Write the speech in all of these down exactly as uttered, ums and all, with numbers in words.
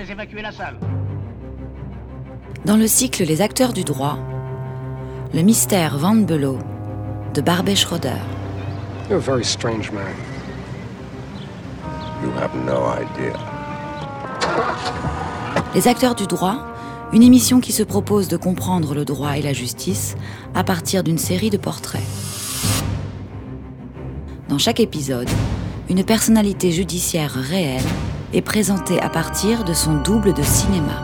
faites évacuer la salle. Dans le cycle Les acteurs du droit, le mystère Van Bulow de Barbet Schroeder. You're a very strange man. You have no idea. Les acteurs du droit, une émission qui se propose de comprendre le droit et la justice à partir d'une série de portraits. Dans chaque épisode, une personnalité judiciaire réelle est présentée à partir de son double de cinéma.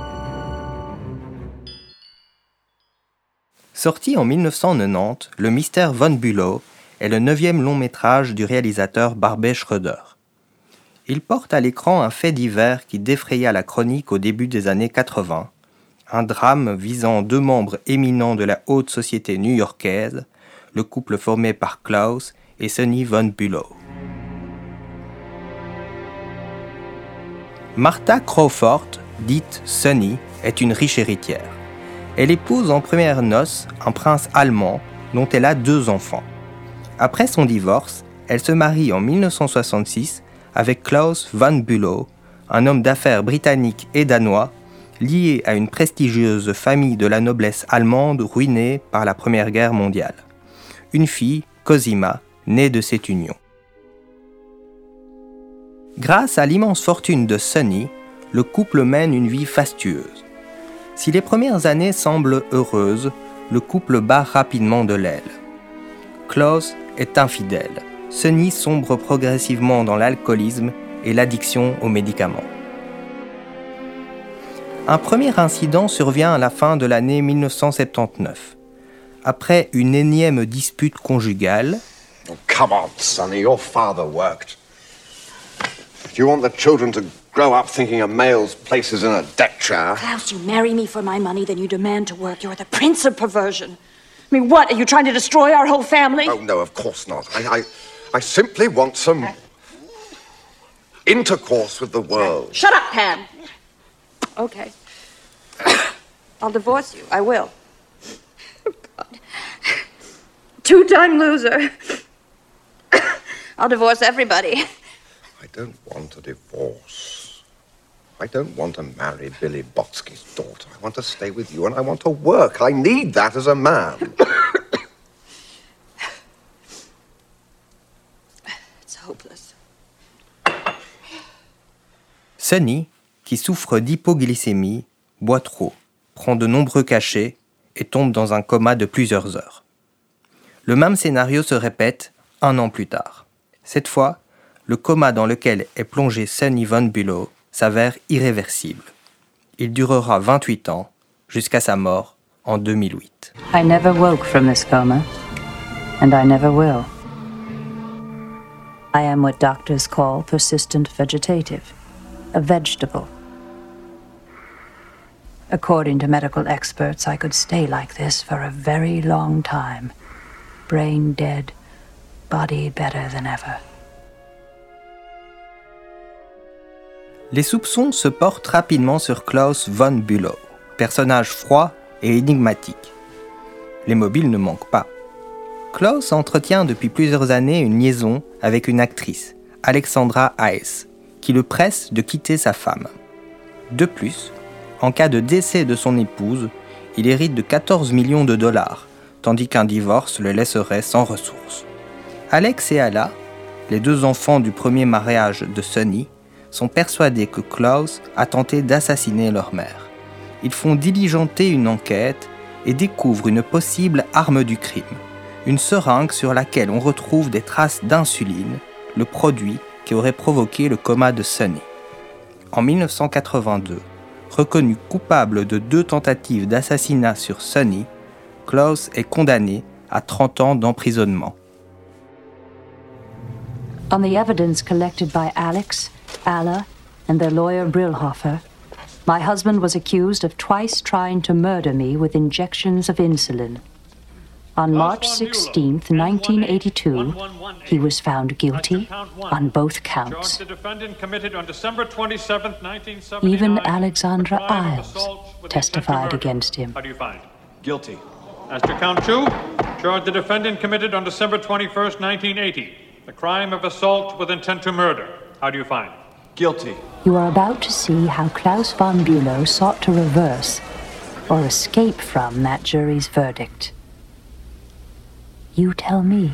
Sorti en dix-neuf cent quatre-vingt-dix, Le mystère Van Bulow est le neuvième long métrage du réalisateur Barbet Schroeder. Il porte à l'écran un fait divers qui défraya la chronique au début des années quatre-vingts, un drame visant deux membres éminents de la haute société new-yorkaise, le couple formé par Klaus et Sonny Van Bulow. Martha Crawford, dite Sonny, est une riche héritière. Elle épouse en premières noces un prince allemand dont elle a deux enfants. Après son divorce, elle se marie en dix-neuf cent soixante-six avec Klaus Van Bulow, un homme d'affaires britannique et danois, lié à une prestigieuse famille de la noblesse allemande ruinée par la Première Guerre mondiale. Une fille, Cosima, née de cette union. Grâce à l'immense fortune de Sonny, le couple mène une vie fastueuse. Si les premières années semblent heureuses, le couple bat rapidement de l'aile. Klaus est infidèle. Sonny sombre progressivement dans l'alcoolisme et l'addiction aux médicaments. Un premier incident survient à la fin de l'année dix-neuf cent soixante-dix-neuf. Après une énième dispute conjugale... Oh, come on, Sonny, your father worked. Do you want the children to grow up thinking a male's place is in a deck chair? Klaus, you marry me for my money, then you demand to work. You're the prince of perversion. I mean, what? Are you trying to destroy our whole family? Oh, no, of course not. I, I, I simply want some intercourse with the world. Shut up, Pam. Okay. I'll divorce you. I will. Oh, God. Two-time loser. I'll divorce everybody. I don't want a divorce. I don't want to marry Billy Botsky's daughter. I want to stay with you and I want to work. I need that as a man. It's hopeless. Sonny, qui souffre d'hypoglycémie, boit trop, prend de nombreux cachets et tombe dans un coma de plusieurs heures. Le même scénario se répète un an plus tard. Cette fois, le coma dans lequel est plongé Sonny Van Bulow s'avère irréversible. Il durera vingt-huit ans, jusqu'à sa mort en deux mille huit. I never woke from this coma, and I never will. I am what doctors call persistent vegetative, a vegetable. According to medical experts, I could stay like this for a very long time. Brain dead, body better than ever. Les soupçons se portent rapidement sur Klaus Van Bulow, personnage froid et énigmatique. Les mobiles ne manquent pas. Klaus entretient depuis plusieurs années une liaison avec une actrice, Alexandra Hayes, qui le presse de quitter sa femme. De plus, en cas de décès de son épouse, il hérite de quatorze millions de dollars, tandis qu'un divorce le laisserait sans ressources. Alex et Ala, les deux enfants du premier mariage de Sonny, sont persuadés que Klaus a tenté d'assassiner leur mère. Ils font diligenter une enquête et découvrent une possible arme du crime, une seringue sur laquelle on retrouve des traces d'insuline, le produit qui aurait provoqué le coma de Sonny. En dix-neuf cent quatre-vingt-deux, reconnu coupable de deux tentatives d'assassinat sur Sonny, Klaus est condamné à trente ans d'emprisonnement. On the evidence collected by Alex, Alla, and their lawyer Brillhofer, my husband was accused of twice trying to murder me with injections of insulin. On March sixteenth, nineteen eighty-two, he was found guilty on both counts. Even Alexandra Iles testified against him. How do you find? Guilty. As to count two, charge the defendant committed on December twenty-first, nineteen eighty, the crime of assault with intent to murder. How do you find? Guilty. You are about to see how Klaus von Bülow sought to reverse or escape from that jury's verdict. You tell me.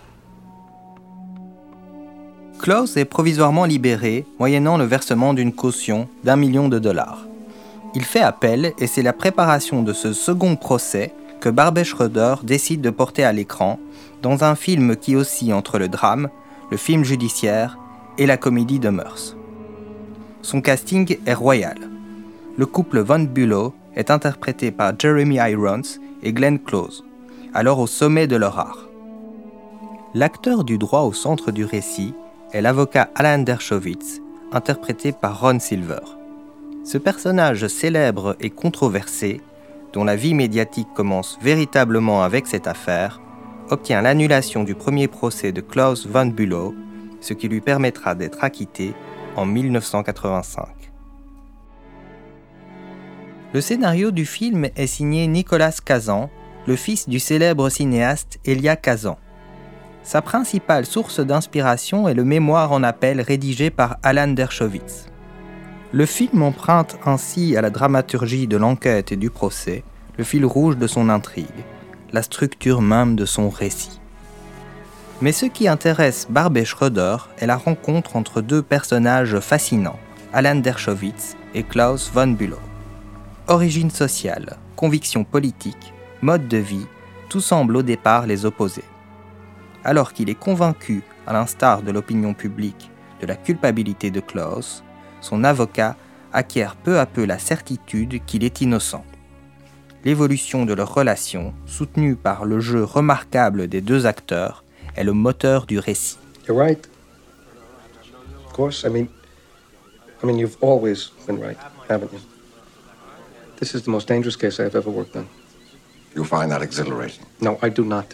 Klaus est provisoirement libéré, moyennant le versement d'une caution d'un million de dollars. Il fait appel et c'est la préparation de ce second procès que Barbet Schroeder décide de porter à l'écran dans un film qui oscille entre le drame, le film judiciaire et la comédie de mœurs. Son casting est royal. Le couple Von Bülow est interprété par Jeremy Irons et Glenn Close, alors au sommet de leur art. L'acteur du droit au centre du récit est l'avocat Alan Dershowitz, interprété par Ron Silver. Ce personnage célèbre et controversé, dont la vie médiatique commence véritablement avec cette affaire, obtient l'annulation du premier procès de Klaus von Bülow, ce qui lui permettra d'être acquitté en dix-neuf cent quatre-vingt-cinq. Le scénario du film est signé Nicolas Kazan, le fils du célèbre cinéaste Elia Kazan. Sa principale source d'inspiration est le mémoire en appel rédigé par Alan Dershowitz. Le film emprunte ainsi à la dramaturgie de l'enquête et du procès le fil rouge de son intrigue, la structure même de son récit. Mais ce qui intéresse Barbet Schroeder est la rencontre entre deux personnages fascinants, Alan Dershowitz et Klaus von Bülow. Origine sociale, convictions politiques, mode de vie, tout semble au départ les opposer. Alors qu'il est convaincu, à l'instar de l'opinion publique, de la culpabilité de Klaus, son avocat acquiert peu à peu la certitude qu'il est innocent. L'évolution de leur relation, soutenue par le jeu remarquable des deux acteurs, est le moteur du récit. You're right. Of course, I mean, I mean, you've always been right, haven't you? This is the most dangerous case I've ever worked on. You find that exhilarating? No, I do not.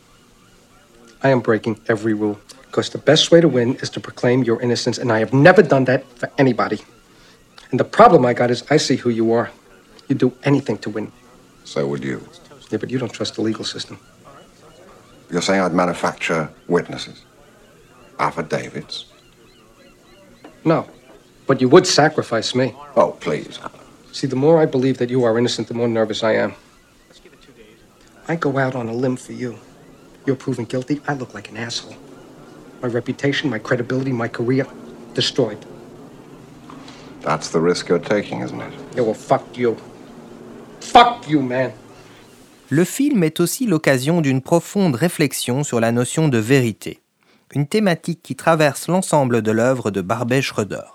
I am breaking every rule, because the best way to win is to proclaim your innocence, and I have never done that for anybody. And the problem I got is I see who you are. You'd do anything to win. So would you. Yeah, but you don't trust the legal system. You're saying I'd manufacture witnesses? Affidavits? No, but you would sacrifice me. Oh, please. See, the more I believe that you are innocent, the more nervous I am. I go out on a limb for you. You're proven guilty, I look like an asshole. My reputation, my credibility, my career, destroyed. That's the risk you're taking, isn't it? Yeah, well, fuck you. Fuck you, man. Le film est aussi l'occasion d'une profonde réflexion sur la notion de vérité, une thématique qui traverse l'ensemble de l'œuvre de Barbet Schroeder.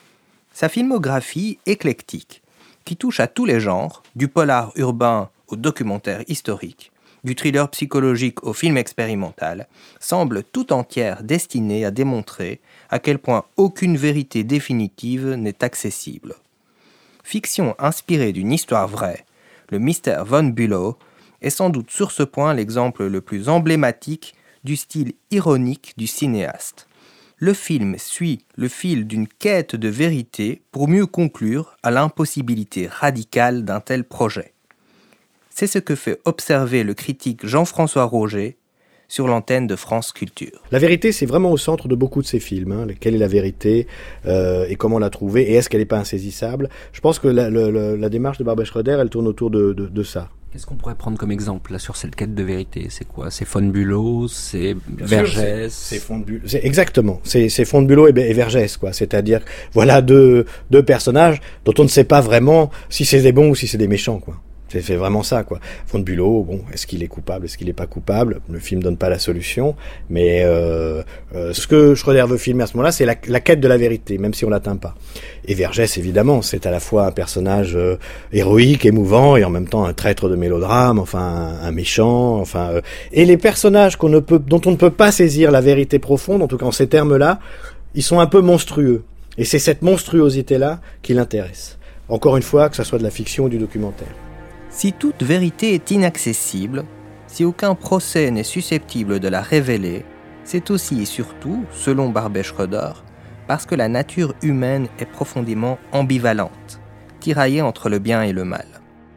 Sa filmographie éclectique, qui touche à tous les genres, du polar urbain au documentaire historique, du thriller psychologique au film expérimental, semble tout entière destinée à démontrer à quel point aucune vérité définitive n'est accessible. Fiction inspirée d'une histoire vraie, le mystère von Bülow est sans doute sur ce point l'exemple le plus emblématique du style ironique du cinéaste. Le film suit le fil d'une quête de vérité pour mieux conclure à l'impossibilité radicale d'un tel projet. C'est ce que fait observer le critique Jean-François Roger sur l'antenne de France Culture. La vérité, c'est vraiment au centre de beaucoup de ces films. Hein. Quelle est la vérité euh, et comment la trouver et est-ce qu'elle n'est pas insaisissable? Je pense que la, la, la démarche de Barbet Schroeder, elle tourne autour de, de, de ça. Qu'est-ce qu'on pourrait prendre comme exemple là sur cette quête de vérité? C'est quoi? C'est von Bülow, c'est Bien Vergès. Sûr, c'est, c'est von Bülow. C'est exactement. C'est, c'est von Bülow et, et Vergès, quoi. C'est-à-dire, voilà deux deux personnages dont on ne sait pas vraiment si c'est des bons ou si c'est des méchants, quoi. C'est, c'est vraiment ça, quoi. Von Bülow, bon, est-ce qu'il est coupable, est-ce qu'il n'est pas coupable? Le film donne pas la solution, mais euh, euh, ce que Schroeder veut filmer à ce moment-là, c'est la, la quête de la vérité, même si on l'atteint pas. Et Vergès, évidemment, c'est à la fois un personnage euh, héroïque, émouvant, et en même temps un traître de mélodrame, enfin un, un méchant, enfin. Euh, et les personnages qu'on ne peut, dont on ne peut pas saisir la vérité profonde, en tout cas en ces termes-là, ils sont un peu monstrueux. Et c'est cette monstruosité-là qui l'intéresse. Encore une fois, que ça soit de la fiction ou du documentaire. Si toute vérité est inaccessible, si aucun procès n'est susceptible de la révéler, c'est aussi et surtout, selon Barbet Schroeder, parce que la nature humaine est profondément ambivalente, tiraillée entre le bien et le mal.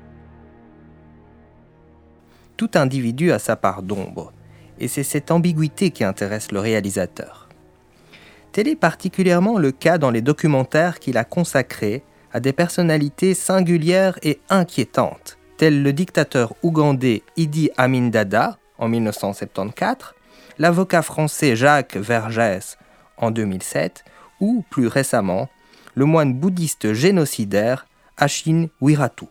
Tout individu a sa part d'ombre, et c'est cette ambiguïté qui intéresse le réalisateur. Tel est particulièrement le cas dans les documentaires qu'il a consacrés à des personnalités singulières et inquiétantes, tels le dictateur ougandais Idi Amin Dada en dix-neuf cent soixante-quatorze, l'avocat français Jacques Vergès en deux mille sept ou, plus récemment, le moine bouddhiste génocidaire Achine Wiratu.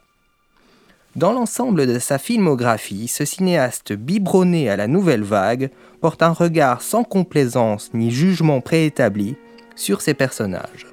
Dans l'ensemble de sa filmographie, ce cinéaste biberonné à la nouvelle vague porte un regard sans complaisance ni jugement préétabli sur ses personnages.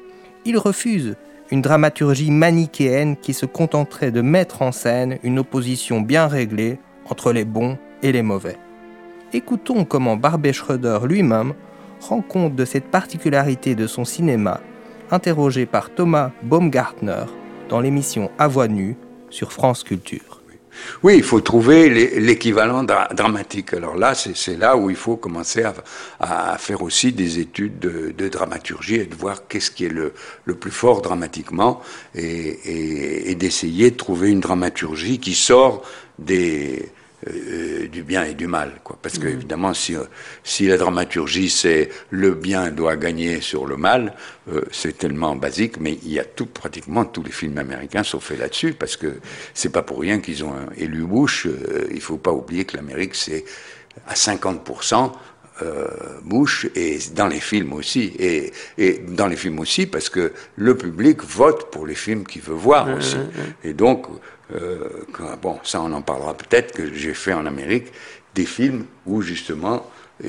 Il refuse une dramaturgie manichéenne qui se contenterait de mettre en scène une opposition bien réglée entre les bons et les mauvais. Écoutons comment Barbet Schroeder lui-même rend compte de cette particularité de son cinéma, interrogé par Thomas Baumgartner dans l'émission À Voix Nue sur France Culture. Oui, il faut trouver l'équivalent dra- dramatique. Alors là, c'est, c'est là où il faut commencer à, à faire aussi des études de, de dramaturgie et de voir qu'est-ce qui est le, le plus fort dramatiquement et, et, et d'essayer de trouver une dramaturgie qui sort des... Euh, du bien et du mal, quoi. Parce que, évidemment, si, euh, si la dramaturgie, c'est le bien doit gagner sur le mal, euh, c'est tellement basique, mais il y a tout, pratiquement tous les films américains sont faits là-dessus, parce que c'est pas pour rien qu'ils ont élu Bush. Euh, il faut pas oublier que l'Amérique, c'est à cinquante pour cent euh, Bush, et dans les films aussi, et, et dans les films aussi, parce que le public vote pour les films qu'il veut voir mmh, aussi. Mmh. Et donc, Euh, quand, bon, ça on en parlera peut-être, que j'ai fait en Amérique des films où justement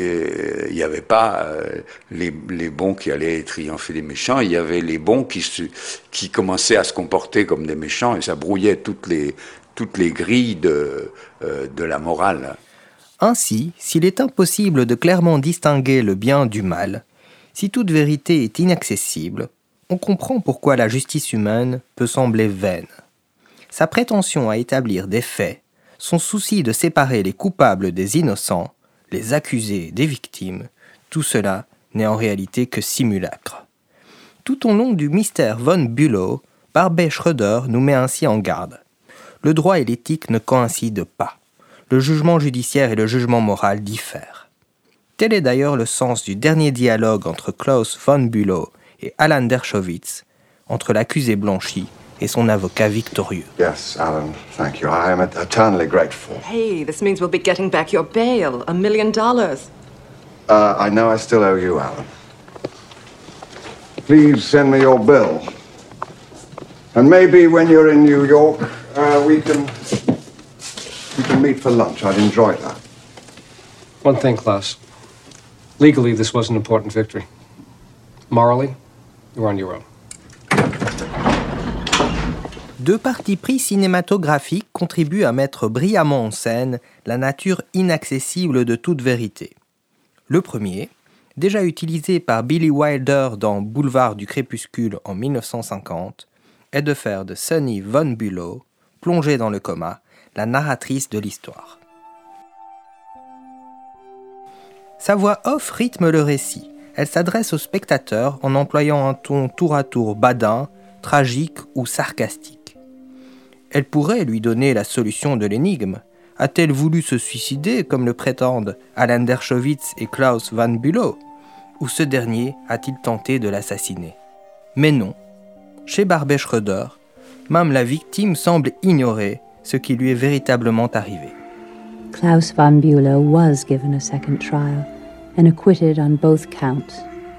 il n'y avait pas euh, les, les bons qui allaient triompher des méchants, il y avait les bons qui, se, qui commençaient à se comporter comme des méchants et ça brouillait toutes les, toutes les grilles de, euh, de la morale. Ainsi, s'il est impossible de clairement distinguer le bien du mal, si toute vérité est inaccessible, on comprend pourquoi la justice humaine peut sembler vaine. Sa prétention à établir des faits, son souci de séparer les coupables des innocents, les accusés des victimes, tout cela n'est en réalité que simulacre. Tout au long du mystère von Bülow, Barbet Schroeder nous met ainsi en garde. Le droit et l'éthique ne coïncident pas. Le jugement judiciaire et le jugement moral diffèrent. Tel est d'ailleurs le sens du dernier dialogue entre Klaus von Bülow et Alan Dershowitz, entre l'accusé blanchi et son avocat victorieux. Yes, Alan, thank you. I am eternally grateful. Hey, this means we'll be getting back your bail, a million dollars. Uh, I know I still owe you, Alan. Please send me your bill. And maybe when you're in New York, uh, we can we can meet for lunch. I'd enjoy that. One thing, Klaus. Legally, this was an important victory. Morally, you're on your own. Deux partis pris cinématographiques contribuent à mettre brillamment en scène la nature inaccessible de toute vérité. Le premier, déjà utilisé par Billy Wilder dans Boulevard du Crépuscule en dix-neuf cent cinquante, est de faire de Sunny von Bülow, plongée dans le coma, la narratrice de l'histoire. Sa voix off rythme le récit. Elle s'adresse au spectateur en employant un ton tour à tour badin, tragique ou sarcastique. Elle pourrait lui donner la solution de l'énigme. A-t-elle voulu se suicider comme le prétendent Alan Dershowitz et Klaus von Bülow? Ou ce dernier a-t-il tenté de l'assassiner? Mais non. Chez Barbet Schroeder, même la victime semble ignorer ce qui lui est véritablement arrivé. Klaus von Bülow was given a second trial and acquitted on both counts.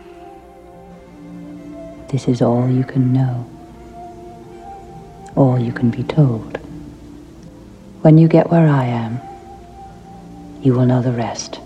This is all you can know. All you can be told. When you get where I am, you will know the rest.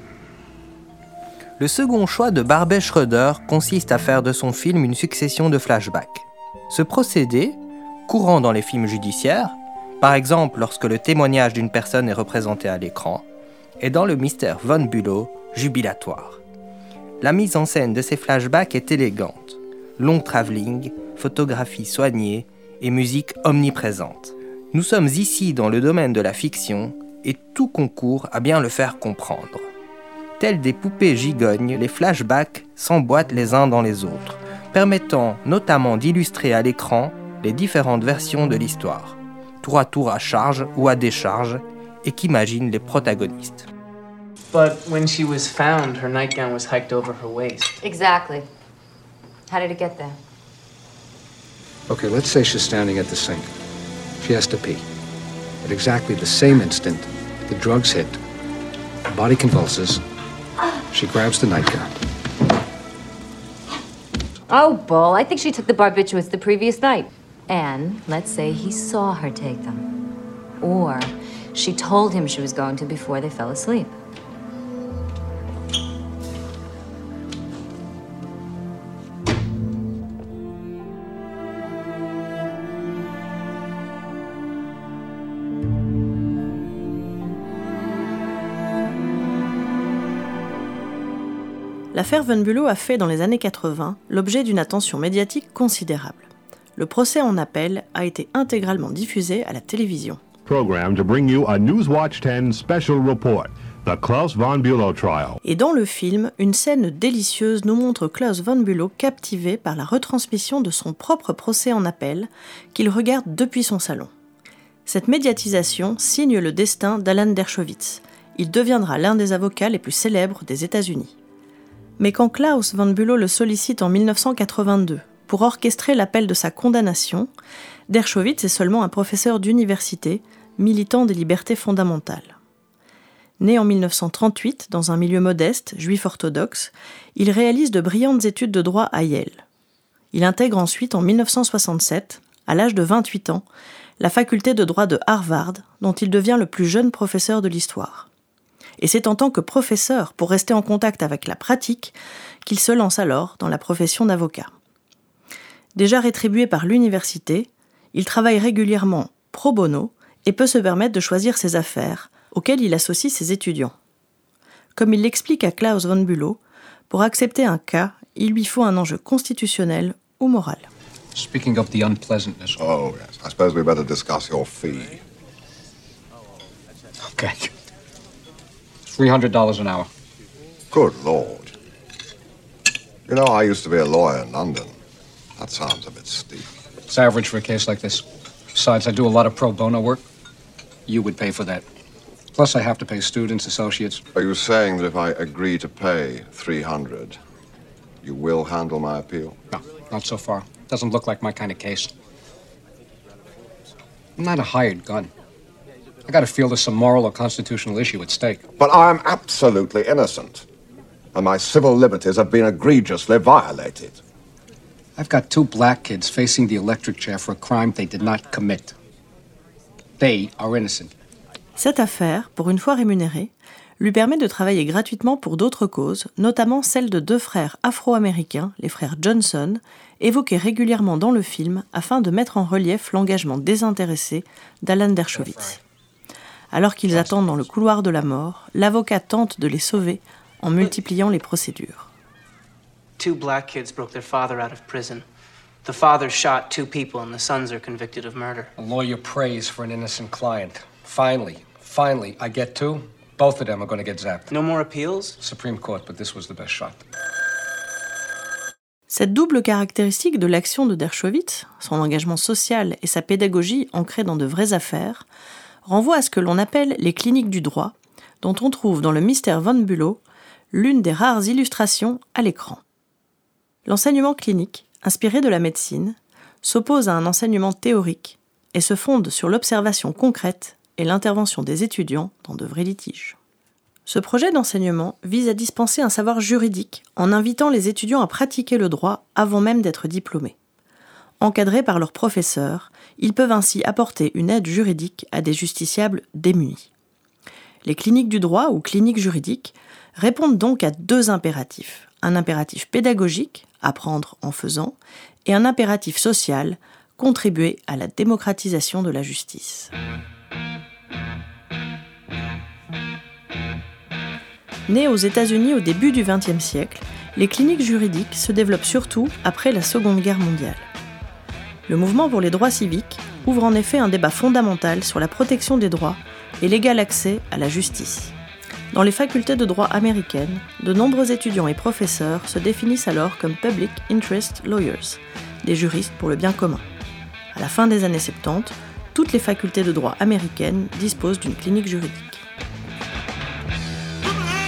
Le second choix de Barbet Schroeder consiste à faire de son film une succession de flashbacks. Ce procédé, courant dans les films judiciaires, par exemple lorsque le témoignage d'une personne est représenté à l'écran, est dans le mystère von Bülow jubilatoire. La mise en scène de ces flashbacks est élégante. Long travelling, photographie soignée et musique omniprésente. Nous sommes ici dans le domaine de la fiction et tout concourt à bien le faire comprendre. Tels des poupées gigognes, les flashbacks s'emboîtent les uns dans les autres, permettant notamment d'illustrer à l'écran les différentes versions de l'histoire, tour à tour à charge ou à décharge, et qu'imaginent les protagonistes. But when she was found, her nightgown was hiked over her waist. Exactly. How did it get there? Okay, let's say she's standing at the sink. She has to pee. At exactly the same instant, the drugs hit. Her body convulses. She grabs the nightgown. Oh, bull. I think she took the barbiturates the previous night. And let's say he saw her take them. Or she told him she was going to before they fell asleep. L'affaire Von Bülow a fait dans les années quatre-vingts l'objet d'une attention médiatique considérable. Le procès en appel a été intégralement diffusé à la télévision. Program to bring you a Newswatch ten special report, the Klaus Von Bülow trial. Et dans le film, une scène délicieuse nous montre Klaus Von Bülow captivé par la retransmission de son propre procès en appel qu'il regarde depuis son salon. Cette médiatisation signe le destin d'Alan Dershowitz. Il deviendra l'un des avocats les plus célèbres des États-Unis. Mais quand Klaus Von Bülow le sollicite en dix-neuf cent quatre-vingt-deux pour orchestrer l'appel de sa condamnation, Dershowitz est seulement un professeur d'université, militant des libertés fondamentales. Né en dix-neuf cent trente-huit dans un milieu modeste, juif orthodoxe, il réalise de brillantes études de droit à Yale. Il intègre ensuite en dix-neuf cent soixante-sept, à l'âge de vingt-huit ans, la faculté de droit de Harvard, dont il devient le plus jeune professeur de l'histoire. Et c'est en tant que professeur, pour rester en contact avec la pratique, qu'il se lance alors dans la profession d'avocat. Déjà rétribué par l'université, il travaille régulièrement pro bono et peut se permettre de choisir ses affaires, auxquelles il associe ses étudiants. Comme il l'explique à Klaus Von Bülow, pour accepter un cas, il lui faut un enjeu constitutionnel ou moral. Speaking of the unpleasantness. Oh, yes. I suppose we better discuss your fee. Okay. three hundred dollars an hour. Good Lord. You know, I used to be a lawyer in London. That sounds a bit steep. It's average for a case like this. Besides, I do a lot of pro bono work. You would pay for that. Plus, I have to pay students, associates. Are you saying that if I agree to pay three hundred, you will handle my appeal? No, not so far. Doesn't look like my kind of case. I'm not a hired gun. I gotta feel there's some moral or constitutional issue at stake. But I am absolutely innocent. And my civil liberties have been egregiously violated. I've got two black kids facing the electric chair for a crime they did not commit. They are innocent. Cette affaire, pour une fois rémunérée, lui permet de travailler gratuitement pour d'autres causes, notamment celle de deux frères afro-américains, les frères Johnson, évoqués régulièrement dans le film afin de mettre en relief l'engagement désintéressé d'Alan Dershowitz. Alors qu'ils attendent dans le couloir de la mort, l'avocat tente de les sauver en multipliant les procédures. Two black kids broke their father out of prison. The father shot two people and the sons are convicted of murder. A lawyer prays for an innocent client. Finally, finally, I get two. Both of them are going to get zapped. No more appeals? Supreme Court, but this was the best shot. Cette double caractéristique de l'action de Dershowitz, son engagement social et sa pédagogie ancrée dans de vraies affaires, renvoie à ce que l'on appelle les cliniques du droit, dont on trouve dans le mystère Von Bülow l'une des rares illustrations à l'écran. L'enseignement clinique, inspiré de la médecine, s'oppose à un enseignement théorique et se fonde sur l'observation concrète et l'intervention des étudiants dans de vrais litiges. Ce projet d'enseignement vise à dispenser un savoir juridique en invitant les étudiants à pratiquer le droit avant même d'être diplômés. Encadrés par leurs professeurs, ils peuvent ainsi apporter une aide juridique à des justiciables démunis. Les cliniques du droit ou cliniques juridiques répondent donc à deux impératifs. Un impératif pédagogique, apprendre en faisant, et un impératif social, contribuer à la démocratisation de la justice. Nées aux États-Unis au début du vingtième siècle, les cliniques juridiques se développent surtout après la Seconde Guerre mondiale. Le mouvement pour les droits civiques ouvre en effet un débat fondamental sur la protection des droits et l'égal accès à la justice. Dans les facultés de droit américaines, de nombreux étudiants et professeurs se définissent alors comme Public Interest Lawyers, des juristes pour le bien commun. À la fin des années soixante-dix, toutes les facultés de droit américaines disposent d'une clinique juridique.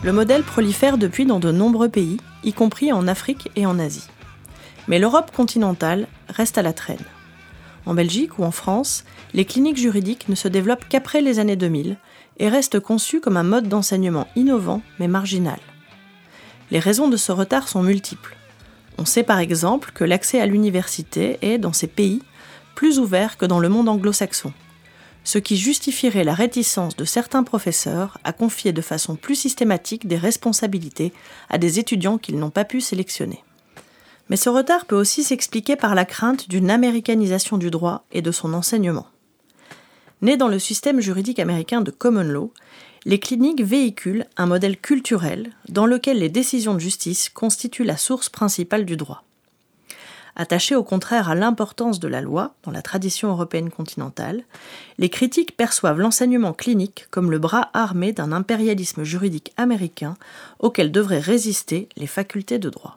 Le modèle prolifère depuis dans de nombreux pays, y compris en Afrique et en Asie. Mais l'Europe continentale reste à la traîne. En Belgique ou en France, les cliniques juridiques ne se développent qu'après les années deux mille et restent conçues comme un mode d'enseignement innovant mais marginal. Les raisons de ce retard sont multiples. On sait par exemple que l'accès à l'université est, dans ces pays, plus ouvert que dans le monde anglo-saxon, ce qui justifierait la réticence de certains professeurs à confier de façon plus systématique des responsabilités à des étudiants qu'ils n'ont pas pu sélectionner. Mais ce retard peut aussi s'expliquer par la crainte d'une américanisation du droit et de son enseignement. Nés dans le système juridique américain de common law, les cliniques véhiculent un modèle culturel dans lequel les décisions de justice constituent la source principale du droit. Attachés au contraire à l'importance de la loi dans la tradition européenne continentale, les critiques perçoivent l'enseignement clinique comme le bras armé d'un impérialisme juridique américain auquel devraient résister les facultés de droit.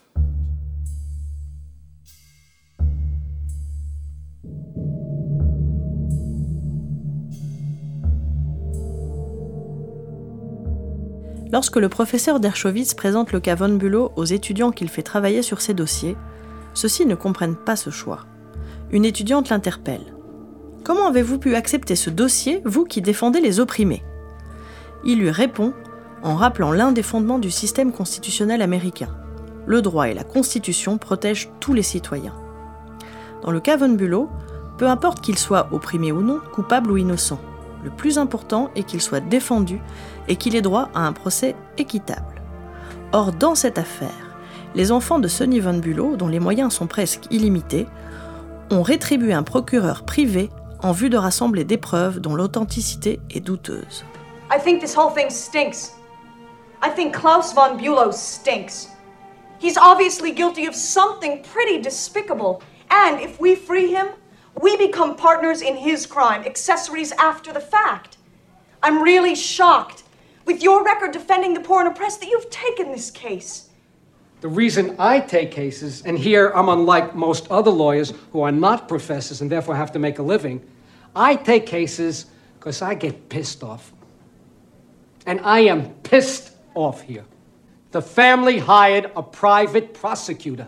Lorsque le professeur Dershowitz présente le cas von Bülow aux étudiants qu'il fait travailler sur ses dossiers, ceux-ci ne comprennent pas ce choix. Une étudiante l'interpelle. « Comment avez-vous pu accepter ce dossier, vous qui défendez les opprimés ?» Il lui répond en rappelant l'un des fondements du système constitutionnel américain. Le droit et la Constitution protègent tous les citoyens. Dans le cas von Bülow, peu importe qu'il soit opprimé ou non, coupable ou innocent, le plus important est qu'il soit défendu et qu'il ait droit à un procès équitable. Or, dans cette affaire, les enfants de Sonny von Bülow, dont les moyens sont presque illimités, ont rétribué un procureur privé en vue de rassembler des preuves dont l'authenticité est douteuse. I think this whole thing stinks. I think Klaus von Bülow stinks. He's obviously guilty of something pretty despicable. And if we free him, we become partners in his crime, accessories after the fact. I'm really shocked, with your record defending the poor and oppressed, that you've taken this case. The reason I take cases, and here I'm unlike most other lawyers who are not professors and therefore have to make a living, I take cases because I get pissed off. And I am pissed off here. The family hired a private prosecutor.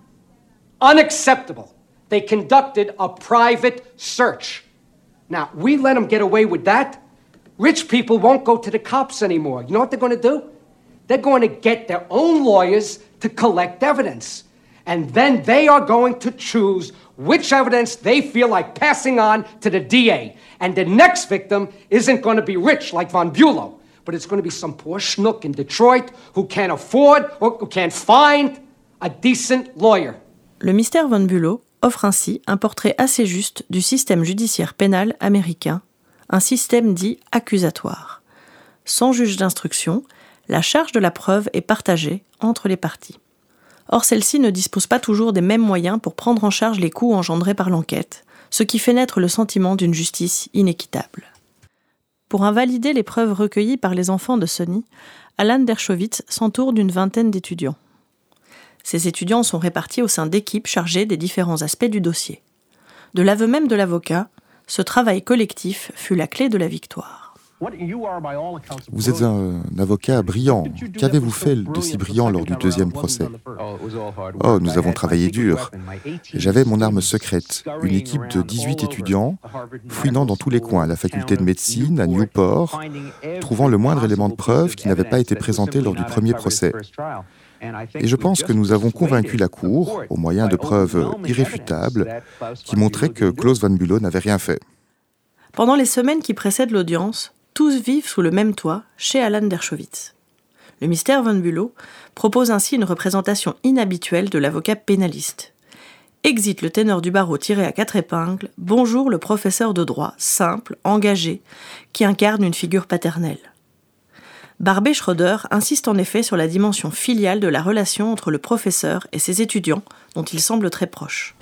Unacceptable. They conducted a private search. Now, we let them get away with that. Rich people won't go to the cops anymore. You know what they're going to do? They're going to get their own lawyers to collect evidence. And then they are going to choose which evidence they feel like passing on to the D A. And the next victim isn't going to be rich like von Bülow, but it's going to be some poor schnook in Detroit who can't afford or who can't find a decent lawyer. Le mystère von Bülow offre ainsi un portrait assez juste du système judiciaire pénal américain, un système dit accusatoire. Sans juge d'instruction, la charge de la preuve est partagée entre les parties. Or, celles-ci ne disposent pas toujours des mêmes moyens pour prendre en charge les coûts engendrés par l'enquête, ce qui fait naître le sentiment d'une justice inéquitable. Pour invalider les preuves recueillies par les enfants de Sonny, Alan Dershowitz s'entoure d'une vingtaine d'étudiants. Ces étudiants sont répartis au sein d'équipes chargées des différents aspects du dossier. De l'aveu même de l'avocat, ce travail collectif fut la clé de la victoire. Vous êtes un avocat brillant. Qu'avez-vous fait de si brillant lors du deuxième procès? Oh, nous avons travaillé dur. J'avais mon arme secrète, une équipe de dix-huit étudiants, fouinant dans tous les coins, à la faculté de médecine, à Newport, trouvant le moindre élément de preuve qui n'avait pas été présenté lors du premier procès. Et je pense que nous avons convaincu la Cour, au moyen de preuves irréfutables, qui montraient que Klaus von Bülow n'avait rien fait. Pendant les semaines qui précèdent l'audience, tous vivent sous le même toit, chez Alan Dershowitz. Le mystère von Bülow propose ainsi une représentation inhabituelle de l'avocat pénaliste. Exit le ténor du barreau tiré à quatre épingles, bonjour le professeur de droit, simple, engagé, qui incarne une figure paternelle. Barbet Schroeder insiste en effet sur la dimension filiale de la relation entre le professeur et ses étudiants, dont il semble très proche.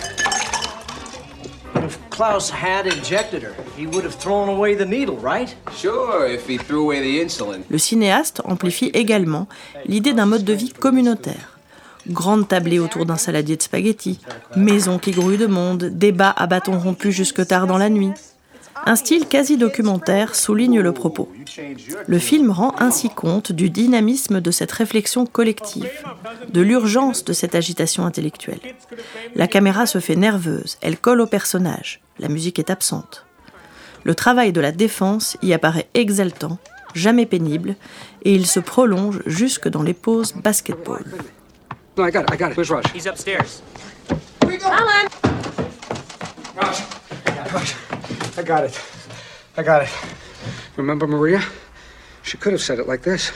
If Klaus had injected her, he would have thrown away the needle, right? Sure, if he threw away the insulin. Le cinéaste amplifie également l'idée d'un mode de vie communautaire. Grande tablée autour d'un saladier de spaghettis, maison qui grouille de monde, débats à bâtons rompus jusque tard dans la nuit. Un style quasi-documentaire souligne le propos. Le film rend ainsi compte du dynamisme de cette réflexion collective, de l'urgence de cette agitation intellectuelle. La caméra se fait nerveuse, elle colle au personnage, la musique est absente. Le travail de la défense y apparaît exaltant, jamais pénible, et il se prolonge jusque dans les pauses basketball. No, I got it, I got it. Where's Raj? He's upstairs. Alan! Raj, Raj, I got it. I got it. Remember Maria? She could have said it like this.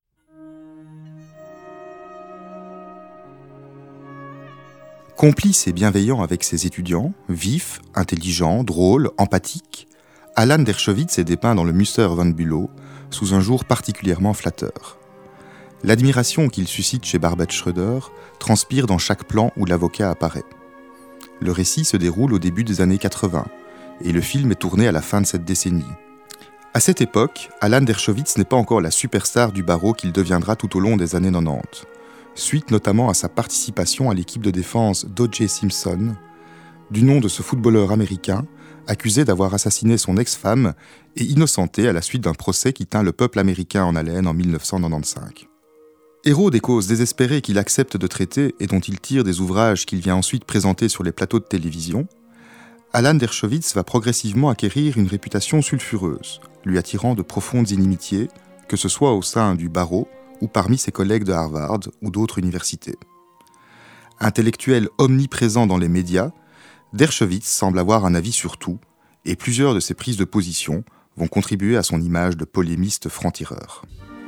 Complice et bienveillant avec ses étudiants, vif, intelligent, drôle, empathique, Alan Dershowitz est dépeint dans le Muster von Bülow sous un jour particulièrement flatteur. L'admiration qu'il suscite chez Barbet Schroeder transpire dans chaque plan où l'avocat apparaît. Le récit se déroule au début des années quatre-vingts et le film est tourné à la fin de cette décennie. À cette époque, Alan Dershowitz n'est pas encore la superstar du barreau qu'il deviendra tout au long des années quatre-vingt-dix, suite notamment à sa participation à l'équipe de défense d'O J Simpson, du nom de ce footballeur américain accusé d'avoir assassiné son ex-femme et innocenté à la suite d'un procès qui tint le peuple américain en haleine en dix-neuf cent quatre-vingt-quinze. Héros des causes désespérées qu'il accepte de traiter et dont il tire des ouvrages qu'il vient ensuite présenter sur les plateaux de télévision, Alan Dershowitz va progressivement acquérir une réputation sulfureuse, lui attirant de profondes inimitiés, que ce soit au sein du barreau ou parmi ses collègues de Harvard ou d'autres universités. Intellectuel omniprésent dans les médias, Dershowitz semble avoir un avis sur tout, et plusieurs de ses prises de position vont contribuer à son image de polémiste franc-tireur.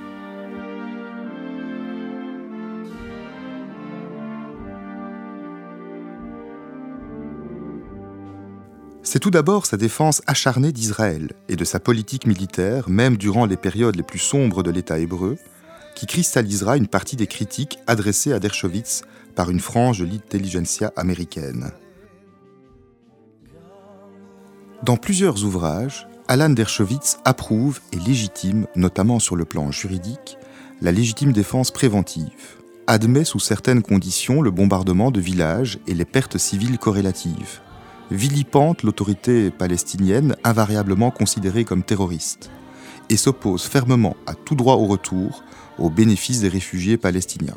C'est tout d'abord sa défense acharnée d'Israël et de sa politique militaire, même durant les périodes les plus sombres de l'État hébreu, qui cristallisera une partie des critiques adressées à Dershowitz par une frange de l'intelligentsia américaine. Dans plusieurs ouvrages, Alan Dershowitz approuve et légitime, notamment sur le plan juridique, la légitime défense préventive, admet sous certaines conditions le bombardement de villages et les pertes civiles corrélatives, vilipende l'autorité palestinienne invariablement considérée comme terroriste et s'oppose fermement à tout droit au retour au bénéfice des réfugiés palestiniens.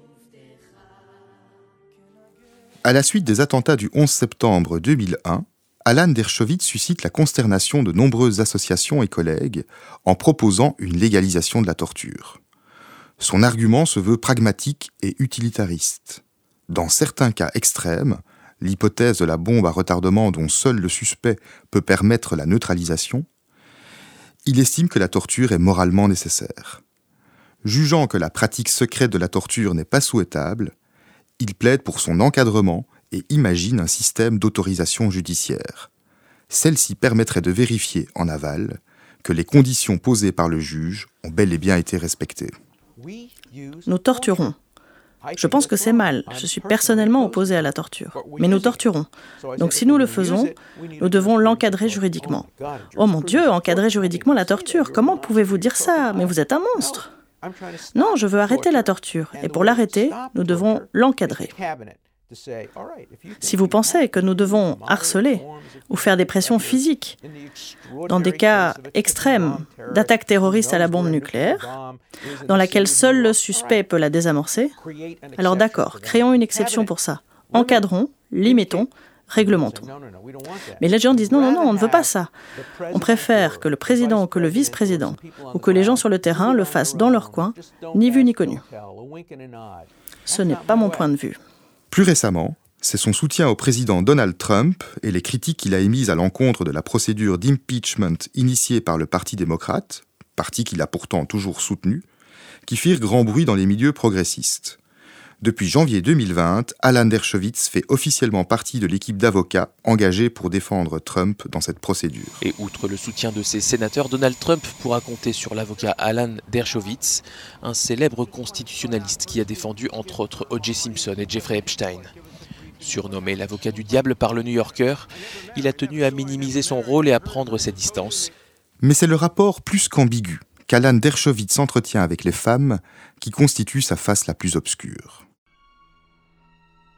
À la suite des attentats du onze septembre deux mille un, Alan Dershowitz suscite la consternation de nombreuses associations et collègues en proposant une légalisation de la torture. Son argument se veut pragmatique et utilitariste. Dans certains cas extrêmes, l'hypothèse de la bombe à retardement dont seul le suspect peut permettre la neutralisation, il estime que la torture est moralement nécessaire. Jugeant que la pratique secrète de la torture n'est pas souhaitable, il plaide pour son encadrement et imagine un système d'autorisation judiciaire. Celle-ci permettrait de vérifier en aval que les conditions posées par le juge ont bel et bien été respectées. Nous torturons. Je pense que c'est mal. Je suis personnellement opposé à la torture. Mais nous torturons. Donc si nous le faisons, nous devons l'encadrer juridiquement. Oh mon Dieu, encadrer juridiquement la torture. Comment pouvez-vous dire ça? Mais vous êtes un monstre. Non, je veux arrêter la torture. Et pour l'arrêter, nous devons l'encadrer. Si vous pensez que nous devons harceler ou faire des pressions physiques, dans des cas extrêmes d'attaque terroriste à la bombe nucléaire, dans laquelle seul le suspect peut la désamorcer, alors d'accord, créons une exception pour ça. Encadrons, limitons, réglementons. Mais les gens disent non, non, non, on ne veut pas ça. On préfère que le président ou que le vice-président ou que les gens sur le terrain le fassent dans leur coin, ni vu ni connu. Ce n'est pas mon point de vue. Plus récemment, c'est son soutien au président Donald Trump et les critiques qu'il a émises à l'encontre de la procédure d'impeachment initiée par le Parti démocrate, parti qu'il a pourtant toujours soutenu, qui firent grand bruit dans les milieux progressistes. Depuis janvier deux mille vingt, Alan Dershowitz fait officiellement partie de l'équipe d'avocats engagée pour défendre Trump dans cette procédure. Et outre le soutien de ses sénateurs, Donald Trump pourra compter sur l'avocat Alan Dershowitz, un célèbre constitutionnaliste qui a défendu entre autres O J Simpson et Jeffrey Epstein. Surnommé l'avocat du diable par le New Yorker, il a tenu à minimiser son rôle et à prendre ses distances. Mais c'est le rapport plus qu'ambigu qu'Alan Dershowitz entretient avec les femmes qui constitue sa face la plus obscure.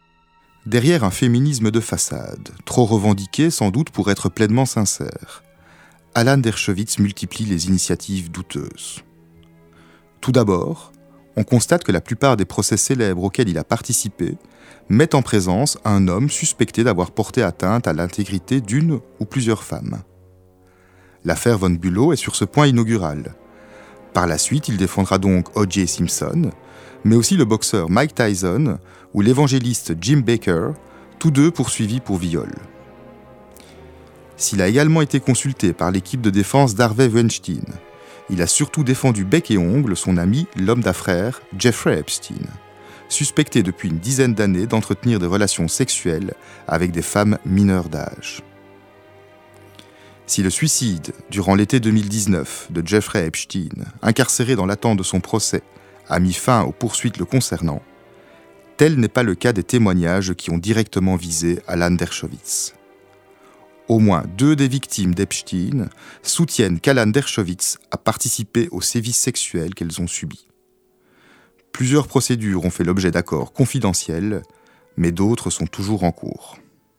Derrière un féminisme de façade, trop revendiqué sans doute pour être pleinement sincère, Alan Dershowitz multiplie les initiatives douteuses. Tout d'abord, on constate que la plupart des procès célèbres auxquels il a participé mettent en présence un homme suspecté d'avoir porté atteinte à l'intégrité d'une ou plusieurs femmes. L'affaire Von Bülow est sur ce point inaugurale. Par la suite, il défendra donc O J Simpson, mais aussi le boxeur Mike Tyson ou l'évangéliste Jim Baker, tous deux poursuivis pour viol. S'il a également été consulté par l'équipe de défense d'Harvey Weinstein, il a surtout défendu bec et ongles son ami, l'homme d'affaires Jeffrey Epstein, suspecté depuis une dizaine d'années d'entretenir des relations sexuelles avec des femmes mineures d'âge. Si le suicide, durant l'été deux mille dix-neuf, de Jeffrey Epstein, incarcéré dans l'attente de son procès, a mis fin aux poursuites le concernant, tel n'est pas le cas des témoignages qui ont directement visé Alan Dershowitz. Au moins deux des victimes d'Epstein soutiennent qu'Alan Dershowitz a participé aux sévices sexuels qu'elles ont subis. Plusieurs procédures ont fait l'objet d'accords confidentiels, mais d'autres sont toujours en cours.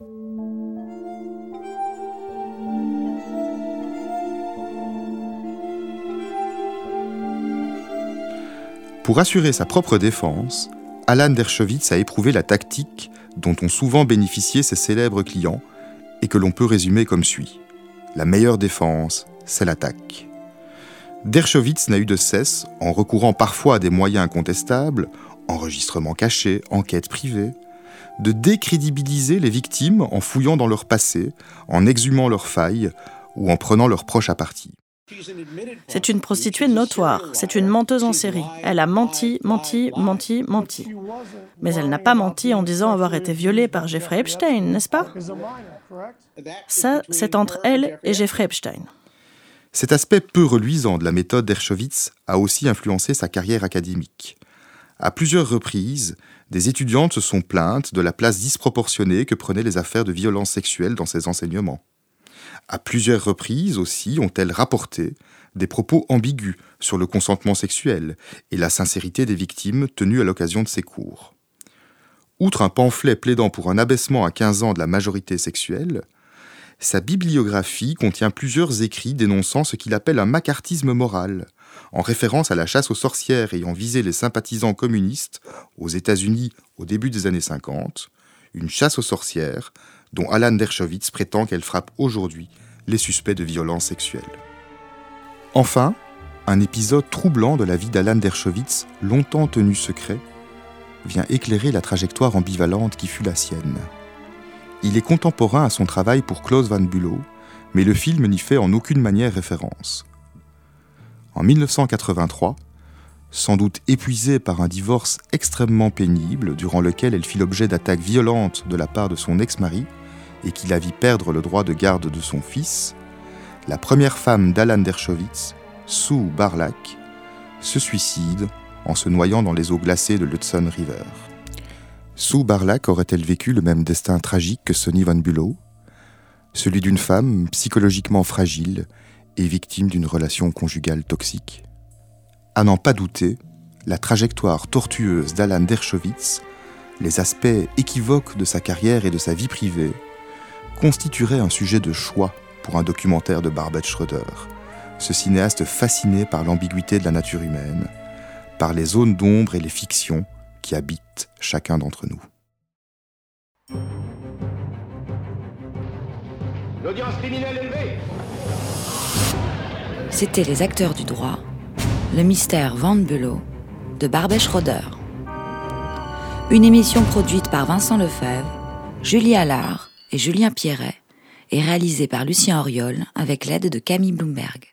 Pour assurer sa propre défense, Alan Dershowitz a éprouvé la tactique dont ont souvent bénéficié ses célèbres clients et que l'on peut résumer comme suit. La meilleure défense, c'est l'attaque. Dershowitz n'a eu de cesse, en recourant parfois à des moyens incontestables, enregistrements cachés, enquêtes privées, de décrédibiliser les victimes en fouillant dans leur passé, en exhumant leurs failles ou en prenant leurs proches à partie. C'est une prostituée notoire, c'est une menteuse en série. Elle a menti, menti, menti, menti. Mais elle n'a pas menti en disant avoir été violée par Jeffrey Epstein, n'est-ce pas ? Ça, c'est entre elle et Jeffrey Epstein. Cet aspect peu reluisant de la méthode Dershowitz a aussi influencé sa carrière académique. À plusieurs reprises, des étudiantes se sont plaintes de la place disproportionnée que prenaient les affaires de violence sexuelle dans ses enseignements. À plusieurs reprises aussi ont-elles rapporté des propos ambigus sur le consentement sexuel et la sincérité des victimes tenues à l'occasion de ces cours. Outre un pamphlet plaidant pour un abaissement à quinze ans de la majorité sexuelle, sa bibliographie contient plusieurs écrits dénonçant ce qu'il appelle un macartisme moral, en référence à la chasse aux sorcières ayant visé les sympathisants communistes aux États-Unis au début des années cinquante, une chasse aux sorcières dont Alan Dershowitz prétend qu'elle frappe aujourd'hui les suspects de violences sexuelles. Enfin, un épisode troublant de la vie d'Alan Dershowitz, longtemps tenu secret, vient éclairer la trajectoire ambivalente qui fut la sienne. Il est contemporain à son travail pour Klaus Von Bülow, mais le film n'y fait en aucune manière référence. En mille neuf cent quatre-vingt-trois, sans doute épuisée par un divorce extrêmement pénible durant lequel elle fit l'objet d'attaques violentes de la part de son ex-mari et qui la vit perdre le droit de garde de son fils, la première femme d'Alan Dershowitz, Sue Barlack, se suicide en se noyant dans les eaux glacées de l'Hudson River. Sue Barlack aurait-elle vécu le même destin tragique que Sonny Von Bülow, celui d'une femme psychologiquement fragile et victime d'une relation conjugale toxique ? À n'en pas douter, la trajectoire tortueuse d'Alan Dershowitz, les aspects équivoques de sa carrière et de sa vie privée, constituerait un sujet de choix pour un documentaire de Barbet Schroeder, ce cinéaste fasciné par l'ambiguïté de la nature humaine, par les zones d'ombre et les fictions qui habitent chacun d'entre nous. L'audience criminelle élevée. C'était Les Acteurs du droit, le mystère Von Bülow de Barbet Schroeder. Une émission produite par Vincent Lefebvre, Julie Allard et Julien Pierret et réalisée par Lucien Auriol avec l'aide de Camille Bloomberg.